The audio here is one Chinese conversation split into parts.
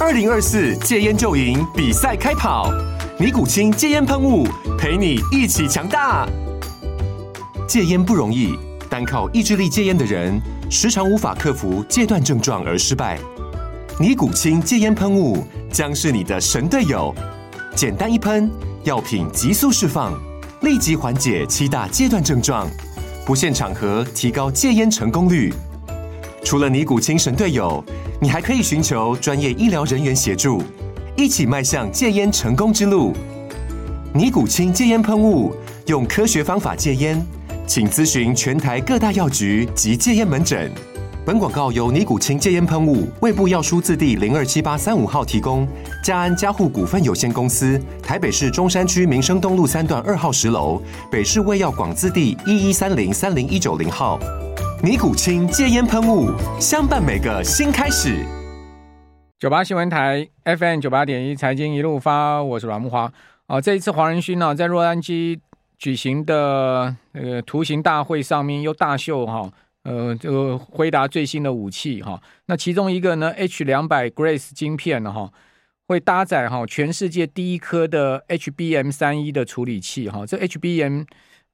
2024戒烟就赢比赛开跑，尼古清戒烟喷雾陪你一起强大。戒烟不容易，单靠意志力戒烟的人，时常无法克服戒断症状而失败。尼古清戒烟喷雾将是你的神队友，简单一喷，药品急速释放，立即缓解7大戒断症状，不限场合提高戒烟成功率。除了尼古清神队友，你还可以寻求专业医疗人员协助，一起迈向戒烟成功之路。尼古清戒烟喷雾，用科学方法戒烟，请咨询全台各大药局及戒烟门诊。本广告由尼古清戒烟喷雾、卫部药书字第027835号提供，嘉安嘉护股份有限公司，台北市中山区民生东路3段2号10楼，北市卫药广字第1130-30190号。尼古清戒烟喷雾，相伴每个新开始。 98新闻台 FM 98.1财经一路发，我是阮木华。这一次黄仁勋在洛杉矶举行的图形大会上面又大秀这个辉达最新的武器那其中一个呢 H200 Grace 晶片会搭载全世界第一颗的 HBM31 的处理器这 HBM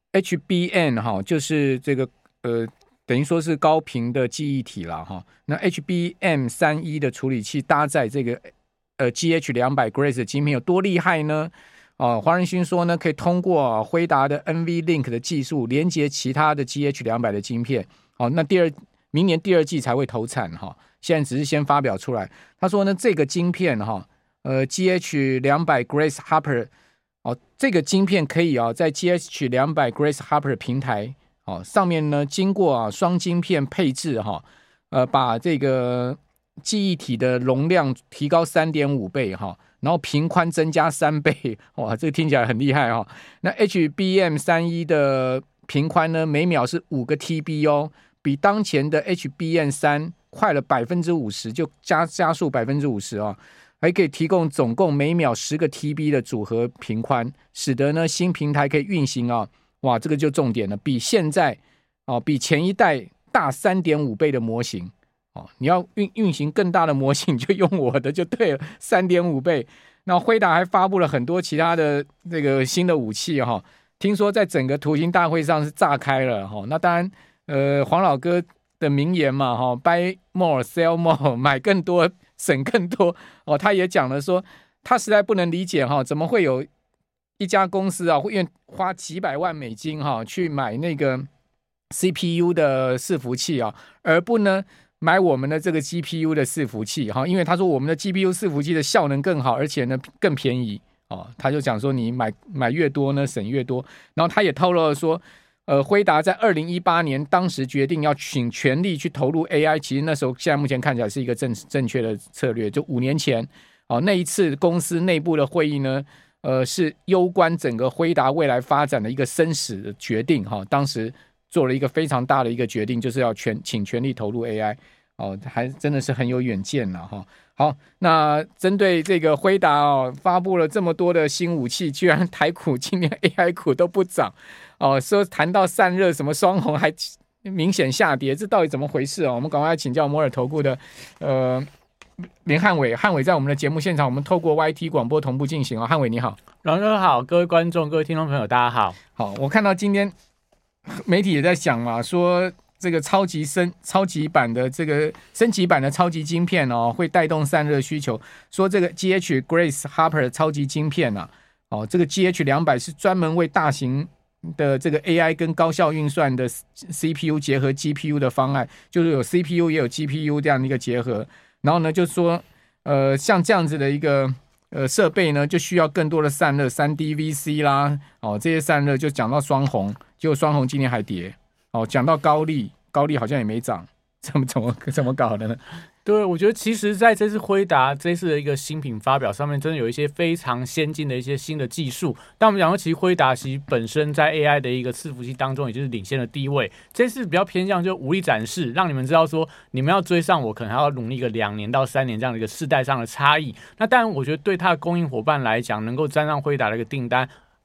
就是这个等于说是高频的记忆体啦那 HBM31 的处理器搭载这个GH200 Grace 的晶片有多厉害呢？黄仁勋说呢，可以通过辉达的 NVLink 的技术连接其他的 GH200 的晶片那明年第二季才会投产现在只是先发表出来。他说呢，这个晶片GH200 Grace Hopper 这个晶片可以在 GH200 Grace Hopper 平台上面呢，经过双晶片配置把这个记忆体的容量提高 3.5 倍然后频宽增加3倍，哇，这个听起来很厉害那 HBM31 的频宽呢，每秒是5个 TB 比当前的 HBM3 快了 50%， 就加速 50%还可以提供总共每秒10个 TB 的组合频宽，使得呢新平台可以运行哇，这个就重点了，比现在比前一代大 3.5 倍的模型你要运行更大的模型就用我的就对了 3.5 倍。那辉达还发布了很多其他的这个新的武器听说在整个图形大会上是炸开了那当然黄老哥的名言嘛buy more sell more， 买更多省更多他也讲了说他实在不能理解怎么会有一家公司会花几百万美金去买那个 CPU 的伺服器而不呢买我们的这个 GPU 的伺服器因为他说我们的 GPU 伺服器的效能更好，而且呢更便宜他就讲说你买越多呢省越多。然后他也透露了说辉达在2018年当时决定要请全力去投入 AI， 其实那时候现在目前看起来是一个正确的策略，就5年前那一次公司内部的会议呢是攸关整个辉达未来发展的一个生死的决定当时做了一个非常大的一个决定，就是要请全力投入 AI 还真的是很有远见了好，那针对这个辉达发布了这么多的新武器，居然台股今年 AI 股都不涨说谈到散热什么双红还明显下跌，这到底怎么回事我们赶快请教摩尔投顾的林汉伟在我们的节目现场，我们透过 YT 广播同步进行汉伟你好。 阮哥好，各位观众各位听众朋友大家好。 好，我看到今天媒体也在讲嘛，说这个超级版的这个升级版的超级晶片会带动散热需求，说这个 GH Grace Hopper 超级晶片这个 GH200 是专门为大型的这个 AI 跟高效运算的 CPU 结合 GPU 的方案，就是有 CPU 也有 GPU 这样的一个结合。然后呢，就说像这样子的一个设备呢，就需要更多的散热 3DVC 啦这些散热就讲到双红，结果双红今年还跌讲到高力好像也没涨，怎么搞的呢？ 对，我觉得其实在这次辉达这次的一个新品发表上面，真的有一些非常先进的一些新的技术。但我们讲说，其实辉达其实本身在 AI 的一个伺服器当中，也就是领先的地位。这次比较偏向就武力展示，让你们知道说，你们要追上我，可能还要努力个2年到3年这样的一个世代上的差异。那当然，我觉得对它的供应伙伴来讲，能够沾上辉达的一个订单，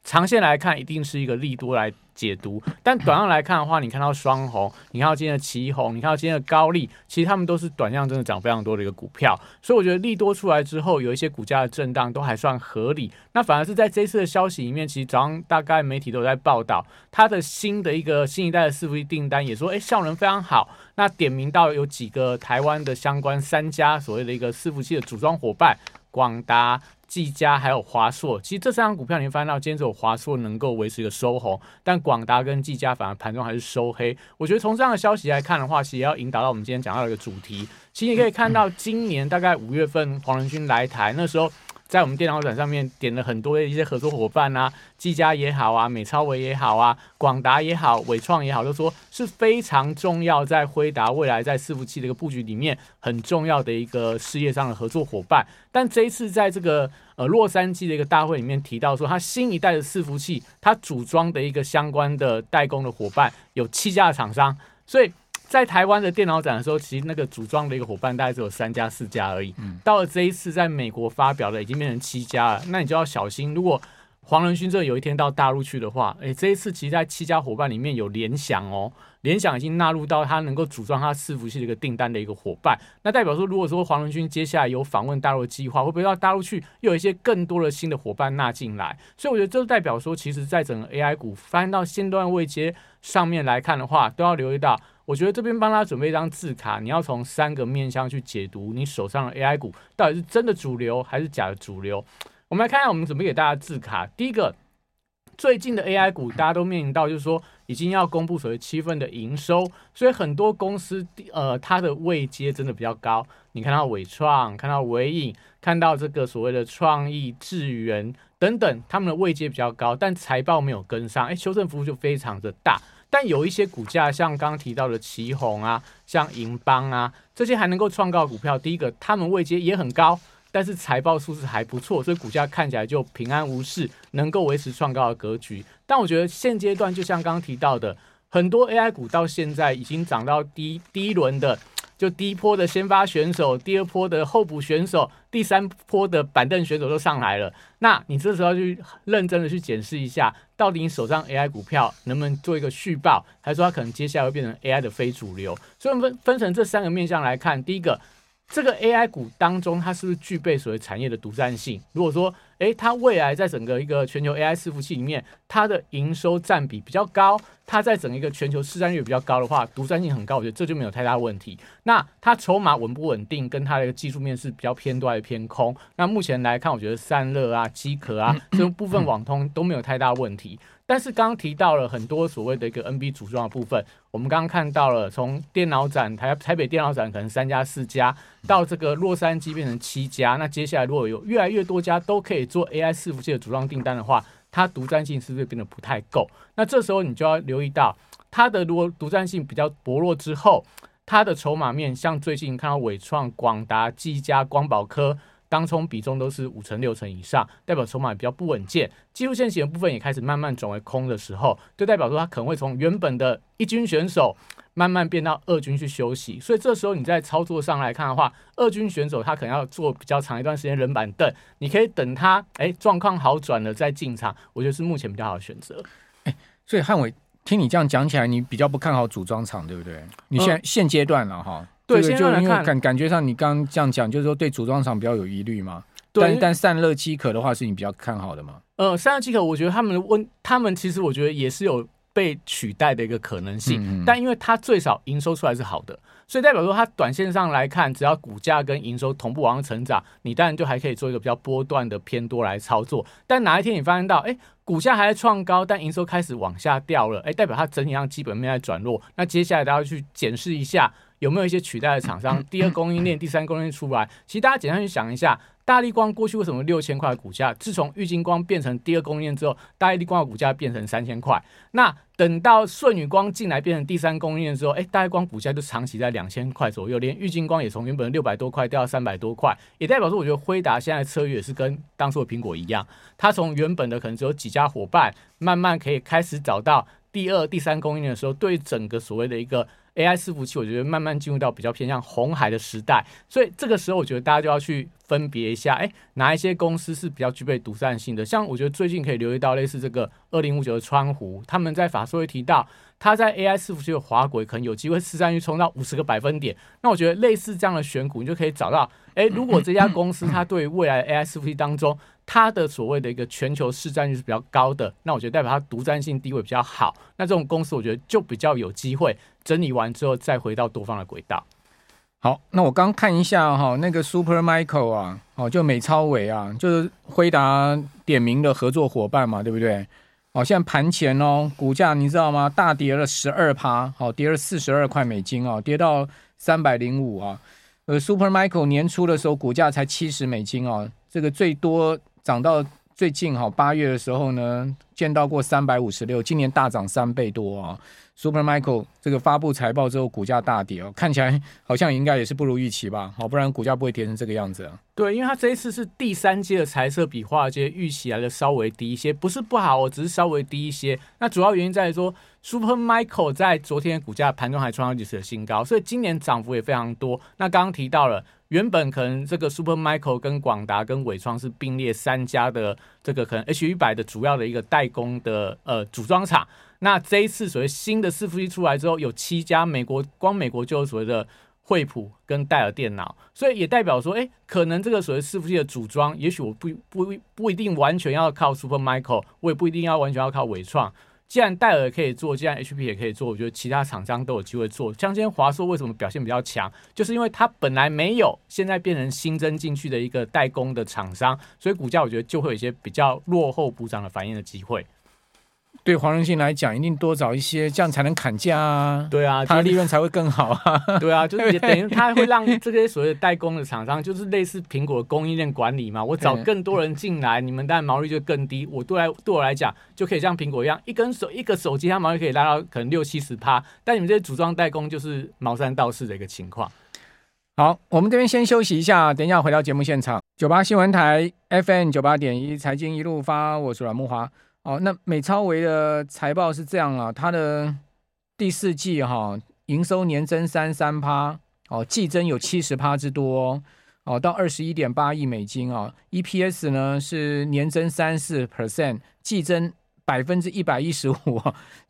长线来看一定是一个利多来解读，但短上来看的话，你看到双红，你看到今天的奇宏，你看到今天的高力，其实他们都是短线真的涨非常多的一个股票，所以我觉得利多出来之后，有一些股价的震荡都还算合理。那反而是在这一次的消息里面，其实早上大概媒体都有在报道，它的新一代的伺服器订单也说，效能非常好。那点名到有几个台湾的相关3家所谓的一个伺服器的组装伙伴，广达、技嘉还有华硕，其实这3张股票你会发现到今天只有华硕能够维持一个收红，但广达跟技嘉反而盘中还是收黑。我觉得从这样的消息来看的话，其实也要引导到我们今天讲到的一个主题。其实你可以看到今年大概5月份黄仁勋来台，那时候在我们电脑展上面点了很多的一些合作伙伴啊，技嘉也好啊，美超微也好啊，广达也好，伟创也好，都说是非常重要，在辉达未来在伺服器的一个布局里面很重要的一个事业上的合作伙伴。但这一次在这个洛杉矶的一个大会里面提到说，他新一代的伺服器，他组装的一个相关的代工的伙伴有7家的厂商，所以在台湾的电脑展的时候，其实那个组装的一个伙伴大概只有3家4家而已。到了这一次在美国发表的已经变成7家了，那你就要小心，如果黄仁勋这有一天到大陆去的话，这一次其实在7家伙伴里面有联想哦，联想已经纳入到他能够组装他伺服器的一个订单的一个伙伴，那代表说如果说黄仁勋接下来有访问大陆的计划，会不会到大陆去又有一些更多的新的伙伴纳进来？所以我觉得这代表说，其实在整个 AI 股发现到现段位阶上面来看的话，都要留意到。我觉得这边帮他准备一张字卡，你要从3个面向去解读你手上的 AI 股到底是真的主流还是假的主流。我们来看看我们准备给大家的字卡。第一个，最近的 AI 股大家都面临到就是说已经要公布所谓7份的营收，所以很多公司它的位阶真的比较高。你看到伟创，看到伟影，看到这个所谓的创意、智原等等，他们的位阶比较高，但财报没有跟上，修正幅度就非常的大。但有一些股价像刚刚提到的奇宏啊，像银邦啊，这些还能够创高的股票，第一个他们位阶也很高，但是财报数字还不错，所以股价看起来就平安无事，能够维持创高的格局。但我觉得现阶段就像刚刚提到的，很多 AI 股到现在已经涨到第一轮的就第一波的先发选手，第2波的候补选手，第3波的板凳选手都上来了。那你这时候要去认真的去检视一下，到底你手上 AI 股票能不能做一个续报，还是说它可能接下来会变成 AI 的非主流？所以我们分成这3个面向来看，第一个，这个 AI 股当中，它是不是具备所谓产业的独占性？如果说，它未来在整个一个全球 AI 伺服器里面，它的营收占比比较高，它在整个一个全球市占率比较高的话，独占性很高，我觉得这就没有太大问题。那它筹码稳不稳定，跟它的一个技术面是比较偏多还是偏空？那目前来看，我觉得散热啊、机壳啊这部分网通都没有太大问题。但是刚刚提到了很多所谓的一个 NB 组装的部分，我们刚刚看到了从电脑展台北电脑展可能3家4家，到这个洛杉矶变成7家，那接下来如果有越来越多家都可以做 AI 伺服器的组装订单的话，它独占性是不是变得不太够？那这时候你就要留意到，它的如果独占性比较薄弱之后，它的筹码面像最近看到伟创、广达、技嘉、光宝科当冲比重都是5成6成以上，代表筹码比较不稳健，技术线型的部分也开始慢慢转为空的时候，就代表说它可能会从原本的1军选手慢慢变到2军去休息。所以这时候你在操作上来看的话，2军选手他可能要做比较长一段时间人板凳，你可以等他状况好转了再进场，我觉得是目前比较好的选择。 所以汉伟听你这样讲起来，你比较不看好组装厂，对不对？你现阶段了哈。 对， 这个就因为感觉上你刚刚这样讲，就是说对组装厂比较有疑虑嘛。但散热机壳的话，是你比较看好的吗？ 散热机壳，我觉得他们其实我觉得也是有被取代的一个可能性，但因为它最少营收出来是好的，所以代表说它短线上来看，只要股价跟营收同步往上成长，你当然就还可以做一个比较波段的偏多来操作。但哪一天你发现到，股价还在创高，但营收开始往下掉了，代表它整体上基本面在转弱。那接下来大家去检视一下，有没有一些取代的厂商，第2供应链、第3供应链出来？其实大家简单去想一下，大立光过去为什么6000块的股价，自从玉晶光变成第2供应链之后，大立光的股价变成3000块。那等到舜宇光进来变成第3供应链之后，大立光股价就长期在2000块左右，连玉晶光也从原本的600多块掉到300多块，也代表说，我觉得辉达现在的策略也是跟当初的苹果一样，它从原本的可能只有几家伙伴，慢慢可以开始找到第2、第3供应链的时候，对整个所谓的一个 AI 伺服器，我觉得慢慢进入到比较偏向红海的时代，所以这个时候我觉得大家就要去分别一下，哪一些公司是比较具备独占性的。像我觉得最近可以留意到类似这个2059的川湖，他们在法说会提到，他在 AI 伺服器的滑轨可能有机会市占率冲到50个百分点。那我觉得类似这样的选股，你就可以找到，如果这家公司它对未来的 AI 伺服器当中，它的所谓的一个全球市占率是比较高的，那我觉得代表它独占性地位比较好。那这种公司我觉得就比较有机会整理完之后再回到多方的轨道。 好，那我刚看一下那个 Super Micro 啊，就美超微啊，就是辉达点名的合作伙伴嘛，对不对？现在盘前股价你知道吗？大跌了12%，跌了42块美金跌到305啊。Super Micro 年初的时候股价才70美金这个最多涨到最近8月的时候呢，见到过356，今年大涨3倍多Super Micro 这个发布财报之后股价大跌看起来好像应该也是不如预期吧，不然股价不会跌成这个样子啊。 对，因为它这一次是第3阶的财测比华尔街预期来的稍微低一些，不是不好只是稍微低一些。那主要原因在于说 Super Micro 在昨天的股价盘中还创造历史的新高，所以今年涨幅也非常多。那刚刚提到了，原本可能这个 Super Micro 跟广达跟伟创是并列3家的这个可能 H100 的主要的一个代工的组装厂。那这一次所谓新的伺服器出来之后，有7家，光美国就有所谓的惠普跟戴尔电脑，所以也代表说，可能这个所谓伺服器的组装，也许我不一定完全要靠 Super Micro， 我也不一定要完全要靠伟创。既然戴尔可以做，既然 HP 也可以做，我觉得其他厂商都有机会做。像今天华硕为什么表现比较强，就是因为它本来没有，现在变成新增进去的一个代工的厂商，所以股价我觉得就会有一些比较落后补涨的反应的机会。 对黄仁勋来讲，一定多找一些，这样才能砍价啊。 对啊， 他的利润才会更好啊。 对啊，就是也等于他会让这些所谓的代工的厂商，就是类似苹果的供应链管理嘛。我找更多人进来，你们当然毛利就更低。对我来讲，就可以像苹果一样，一个手机，它毛利可以拉到可能60-70%，但你们这些组装代工就是毛三到四的一个情况。 好，我们这边先休息一下，等一下回到节目现场。98新闻台 FM 98.1财经一路发，我是阮慕骅。那美超微的财报是这样它的第4季营收年增33%，季增有70%之多到21.8亿美金EPS 呢是年增34%，季增115%，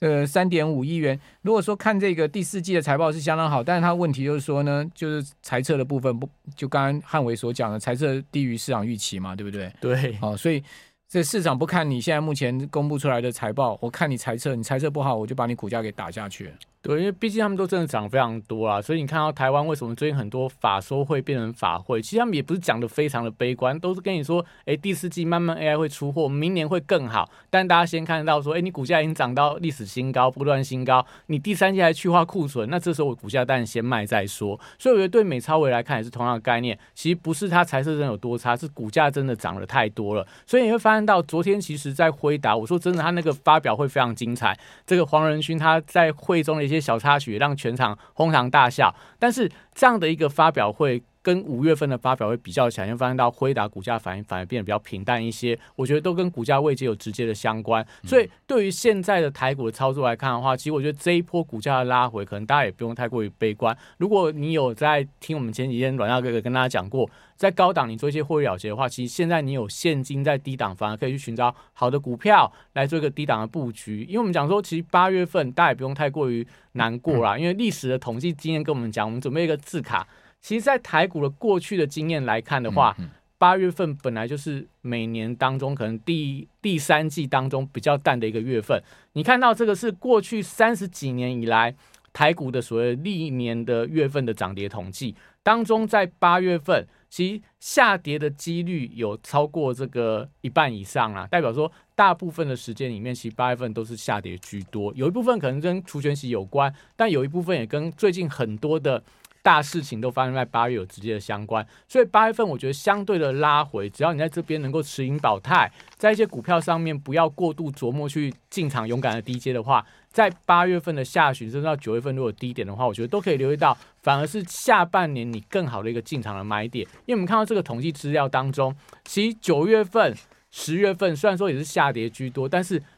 3.5亿元。如果说看这个第4季的财报是相当好，但是它问题就是说呢，就是财测的部分就刚刚汉伟所讲的，财测低于市场预期嘛，对不对？ 对， 所以这市场不看你现在目前公布出来的财报，我看你财测不好，我就把你股价给打下去了。 对，因为毕竟他们都真的涨非常多啦，所以你看到台湾为什么最近很多法说会变成法会，其实他们也不是讲的非常的悲观，都是跟你说，第4季慢慢 AI 会出货，明年会更好，但大家先看得到说，你股价已经涨到历史新高，不断新高，你第3季还去化库存，那这时候我股价当然先卖再说。所以我觉得对美超微来看也是同样的概念，其实不是它财测真的有多差，是股价真的涨得太多了。所以你会发现到昨天其实在辉达，我说真的，他那个发表会非常精彩，这个黄仁勋他在会中的一些小插曲让全场哄堂大笑，但是这样的一个发表会跟5月份的发表会比较起来，就发现到辉达股价反而变得比较平淡一些，我觉得都跟股价位阶有直接的相关。所以对于现在的台股的操作来看的话，其实我觉得这一波股价的拉回，可能大家也不用太过于悲观。如果你有在听我们前几天阮大哥哥跟大家讲过，在高档你做一些获利了结的话，其实现在你有现金在低档，反而可以去寻找好的股票来做一个低档的布局。因为我们讲说，其实8月份大家也不用太过于难过啦，因为历史的统计经验跟我们讲，我们准备一个字卡。其实，在台股的过去的经验来看的话，8月份本来就是每年当中可能第3季当中比较淡的一个月份。你看到这个是过去30几年以来台股的所谓历年的月份的涨跌统计当中，在8月份其实下跌的几率有超过这个一半以上啦，代表说大部分的时间里面，其实8月份都是下跌居多。有一部分可能跟除权息有关，但有一部分也跟最近很多的大事情都发生在8月有直接的相关，所以8月份我觉得相对的拉回，只要你在这边能够持盈保泰，在一些股票上面不要过度琢磨去进场勇敢的低接的话，在8月份的下旬甚至到9月份如果低点的话，我觉得都可以留意到，反而是下半年你更好的一个进场的买点。因为我们看到这个统计资料当中，其实9月份10月份虽然说也是下跌居多，但是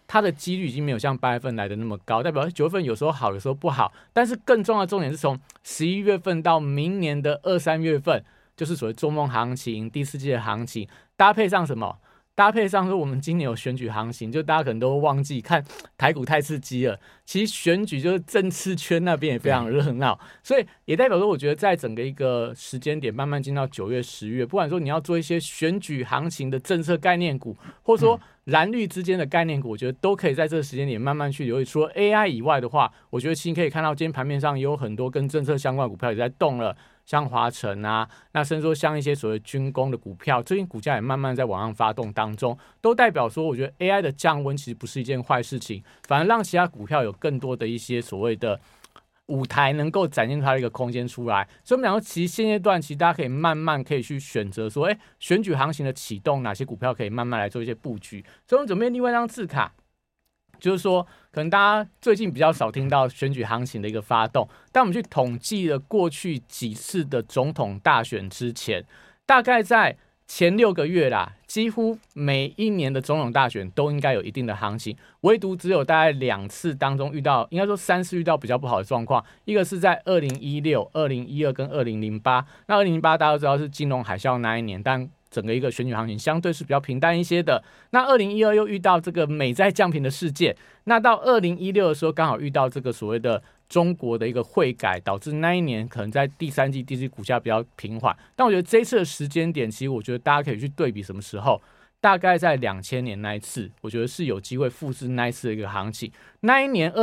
它的几率已经没有像8月份来的那么高，代表9月份有时候好，有时候不好。但是更重要的重点是从11月份到明年的2、3月份，就是所谓周末行情、第四季的行情，搭配上什么？搭配上说我们今年有选举行情，就大家可能都忘记看台股太刺激了。其实选举就是政治圈那边也非常热闹，所以也代表说，我觉得在整个一个时间点慢慢进到9月、10月，不管说你要做一些选举行情的政策概念股，或者说蓝绿之间的概念股，我觉得都可以在这个时间点慢慢去留意。除了 AI 以外的话，我觉得其实可以看到今天盘面上也有很多跟政策相关的股票也在动了。像华城啊，那甚至说像一些所谓军工的股票，最近股价也慢慢在往上发动当中，都代表说，我觉得 AI 的降温其实不是一件坏事情，反而让其他股票有更多的一些所谓的舞台能够展现出它的一个空间出来。所以我们讲说，其实现阶段其实大家可以慢慢可以去选择说，选举行情的启动，哪些股票可以慢慢来做一些布局。所以我们准备另外一张字卡。就是说，可能大家最近比较少听到选举行情的一个发动，但我们去统计了过去几次的总统大选之前，大概在前6个月啦，几乎每一年的总统大选都应该有一定的行情，唯独只有大概2次当中遇到，应该说3次遇到比较不好的状况，一个是在2016、2012跟2008，那2008大家都知道是金融海啸那一年，但整个一个选举行情相对是比较平淡一些的。那2012又遇到这个美债降频的事件，那到2016的时候刚好遇到这个所谓的中国的一个汇改，导致那一年可能在第3季、第4季股价比较平缓。但我觉得这一次的时间点，其实我觉得大家可以去对比什么时候，大概在2000年那一次，我觉得是有机会复制那一次的一个行情。那一年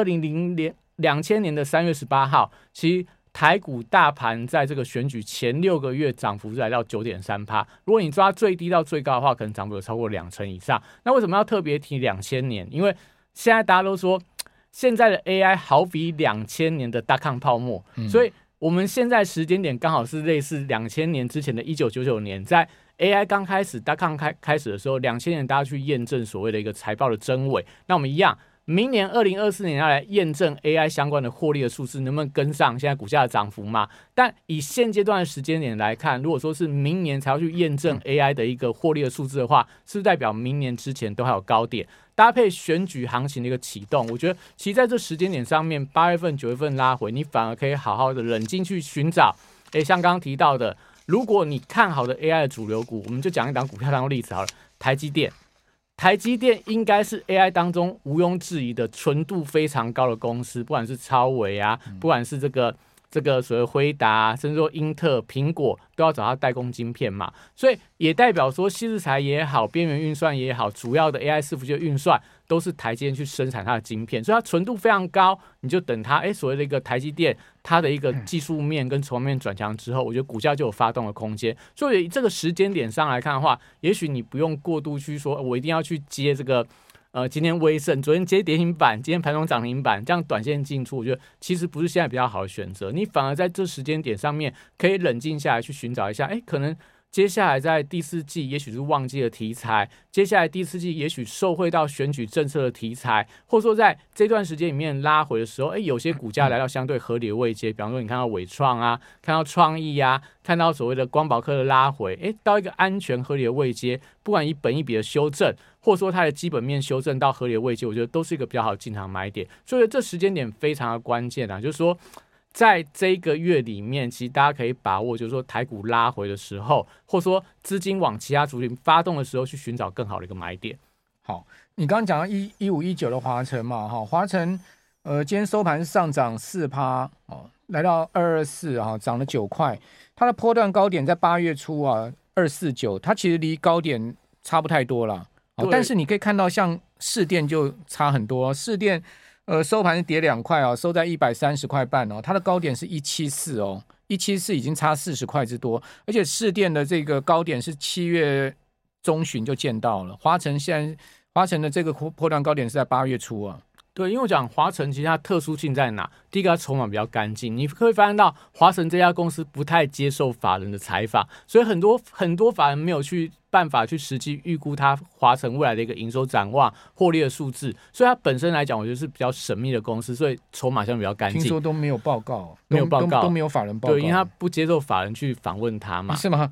2000年的3月18号，其实台股大盘在这个选举前6个月涨幅是来到 9.3%， 如果你抓最低到最高的话，可能涨幅有超过2成以上。那为什么要特别提2000年？因为现在大家都说现在的 AI 好比2000年的大康泡沫，所以我们现在时间点刚好是类似2000年之前的1999年，在 AI 刚开始大康开始的时候，2000年大家去验证所谓的一个财报的真伪。那我们一样，明年2024年要来验证 AI 相关的获利的数字能不能跟上现在股价的涨幅嘛？但以现阶段的时间点来看，如果说是明年才要去验证 AI 的一个获利的数字的话，是不是代表明年之前都还有高点？搭配选举行情的一个启动，我觉得其实在这时间点上面，8月份、9月份拉回，你反而可以好好的冷静去寻找。像刚刚提到的，如果你看好的 AI 的主流股，我们就讲一档股票当例子好了，台积电。台积电应该是 AI 当中毋庸置疑的纯度非常高的公司，不管是超微啊，不管是这个所谓辉达，甚至说英特、苹果都要找它代工晶片嘛，所以也代表说矽智财也好，边缘运算也好，主要的 AI 伺服器的运算都是台积电去生产它的晶片，所以它纯度非常高。你就等它所谓的一个台积电它的一个技术面跟筹码面转强之后，我觉得股价就有发动的空间。所以这个时间点上来看的话，也许你不用过度去说我一定要去接这个今天威盛，昨天接跌停板，今天盘中涨停板，这样短线进出，我觉得其实不是现在比较好的选择。你反而在这时间点上面可以冷静下来去寻找一下，可能接下来在第4季也许是旺季的题材，接下来第4季也许受惠到选举政策的题材，或者说在这段时间里面拉回的时候，有些股价来到相对合理的位阶，比方说你看到伟创啊，看到创意啊，看到所谓的光宝科的拉回，到一个安全合理的位阶，不管以本益比的修正，或者说它的基本面修正到合理的位阶，我觉得都是一个比较好的进场买点。所以这时间点非常的关键啊，就是说在这个月里面，其实大家可以把握，就是说台股拉回的时候，或者说资金往其他族群发动的时候，去寻找更好的一个买点。 好，你刚刚讲到1519的华城嘛，华城今天收盘是上涨4%，来到224涨了9块，它的波段高点在8月初249，它其实离高点差不太多了，但是你可以看到像士电就差很多，士电收盘是跌2块收在130块半它的高点是174 174已经差40块之多，而且士电的这个高点是7月中旬就见到了，华城的这个波段高点是在8月初对，因为我讲华城其实它特殊性在哪？第一个，它筹码比较干净，你会发现到华城这家公司不太接受法人的采访，所以很多法人没有办法去实际预估它华城未来的一个营收展望、获利的数字，所以它本身来讲，我觉得是比较神秘的公司，所以筹码相对比较干净。 听说都没有报告， 没有报告， 都没有法人报告， 对，因为他不接受法人去访问他嘛， 是吗？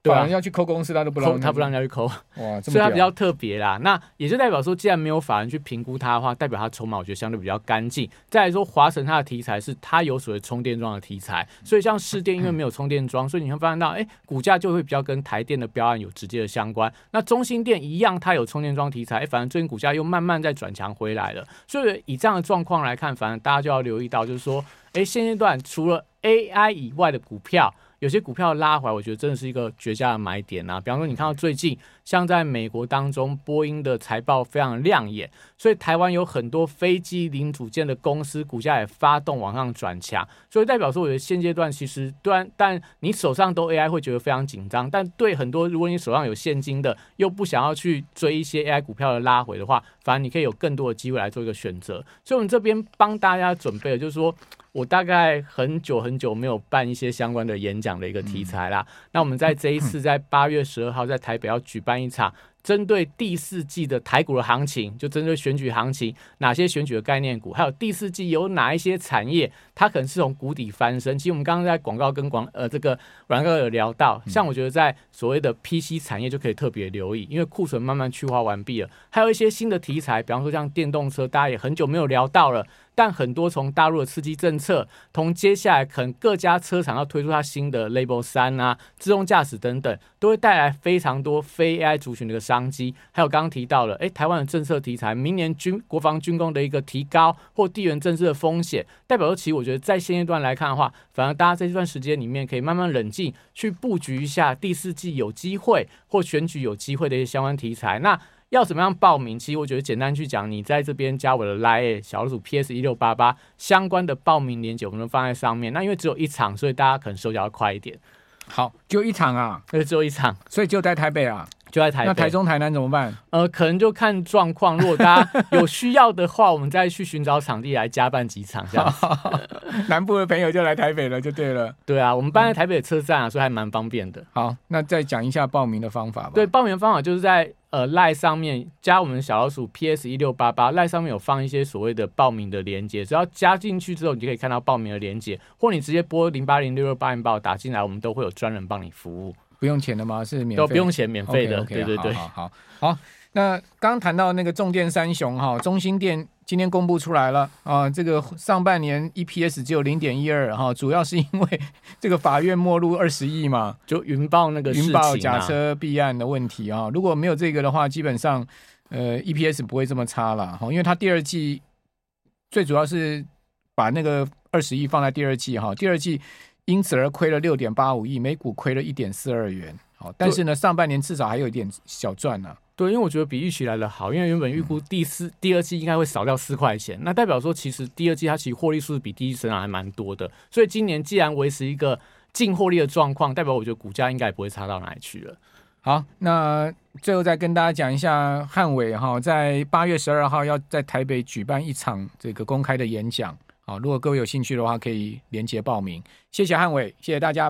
对啊反而要去扣公司，他都不让， 他不让人家去扣， 哇，这么所以他比较屌特别啦。那也就代表说，既然没有法人去评估它的话，代表它筹码我觉得相对比较干净。再来说，华晨它的题材是它有所谓充电桩的题材，所以像士电因为没有充电桩，所以你会发现到，股价就会比较跟台电的标案有直接的相关。那中兴电一样，它有充电桩题材，反正最近股价又慢慢在转强回来了。所以以这样的状况来看，反正大家就要留意到，就是说，现阶段除了 AI 以外的股票，有些股票拉回来，我觉得真的是一个绝佳的买点啊。比方说，你看到最近像在美国当中，波音的财报非常亮眼，所以台湾有很多飞机零组件的公司股价也发动往上转强，所以代表说，我觉得现阶段其实但你手上都 AI 会觉得非常紧张，但对很多如果你手上有现金的，又不想要去追一些 AI 股票的拉回的话，反而你可以有更多的机会来做一个选择。所以我们这边帮大家准备的就是说，我大概很久没有办一些相关的演讲的一个题材啦。那我们在这一次在8月12号在台北要举办一场针对第4季的台股的行情，就针对选举行情，哪些选举的概念股，还有第4季有哪一些产业，它可能是从谷底翻身。其实我们刚刚在广告跟这个阮哥有聊到，像我觉得在所谓的 PC 产业就可以特别留意，因为库存慢慢去化完毕了，还有一些新的题材，比方说像电动车，大家也很久没有聊到了。但很多从大陆的刺激政策，从接下来可能各家车厂要推出它新的 Label 3啊、自动驾驶等等，都会带来非常多非 AI 族群的一个商机。还有刚刚提到了，台湾的政策题材，明年国防军工的一个提高，或地缘政治的风险，代表说其实我觉得在现阶段来看的话，反而大家在这段时间里面可以慢慢冷静，去布局一下第4季有机会或选举有机会的一些相关题材。那要怎么样报名？其实我觉得简单去讲，你在这边加我的 LINE 小老鼠 PS1688 相关的报名链接，我们都放在上面。那因为只有一场，所以大家可能手脚要快一点。 好，就一场啊， 只有一场， 所以就在台北啊， 就在台北。 那台中、台南怎么办？ 可能就看状况。如果大家有需要的话，我们再去寻找场地来加办几场这样子。 南部的朋友就来台北了，就对了。 对啊，我们搬在台北的车站啊，所以还蛮方便的。 好，那再讲一下报名的方法吧。 对，报名的方法就是在LINE 上面加我们小老鼠 PS1688，LINE 上面有放一些所谓的报名的连结，只要加进去之后，你就可以看到报名的连结，或你直接拨080668把我打进来，我们都会有专人帮你服务。 不用钱的吗？是免费？ 都不用钱，免费的。 Okay, 对。 好。那刚刚谈到那个重电三雄哈，中兴电今天公布出来了啊，这个上半年 EPS 只有 0.12 哈，主要是因为这个法院没入20亿嘛， 就云豹那个事情云豹假车弊案的问题啊，如果没有这个的话，基本上EPS 不会这么差了哈，因为它第二季最主要是把那个20亿放在第二季哈，第二季因此而亏了 6.85 亿，每股亏了 1.42 元。但是呢，上半年至少还有一点小赚啊。 对，因为我觉得比预期来的好，因为原本预估第二季应该会少掉4块钱，那代表说其实第二季它其实获利数比第一季成长还蛮多的，所以今年既然维持一个净获利的状况，代表我觉得股价应该也不会差到哪里去了。 好，那最后再跟大家讲一下汉伟哈，在8月12号要在台北举办一场这个公开的演讲。好，如果各位有兴趣的话，可以连结报名。谢谢汉伟，谢谢大家。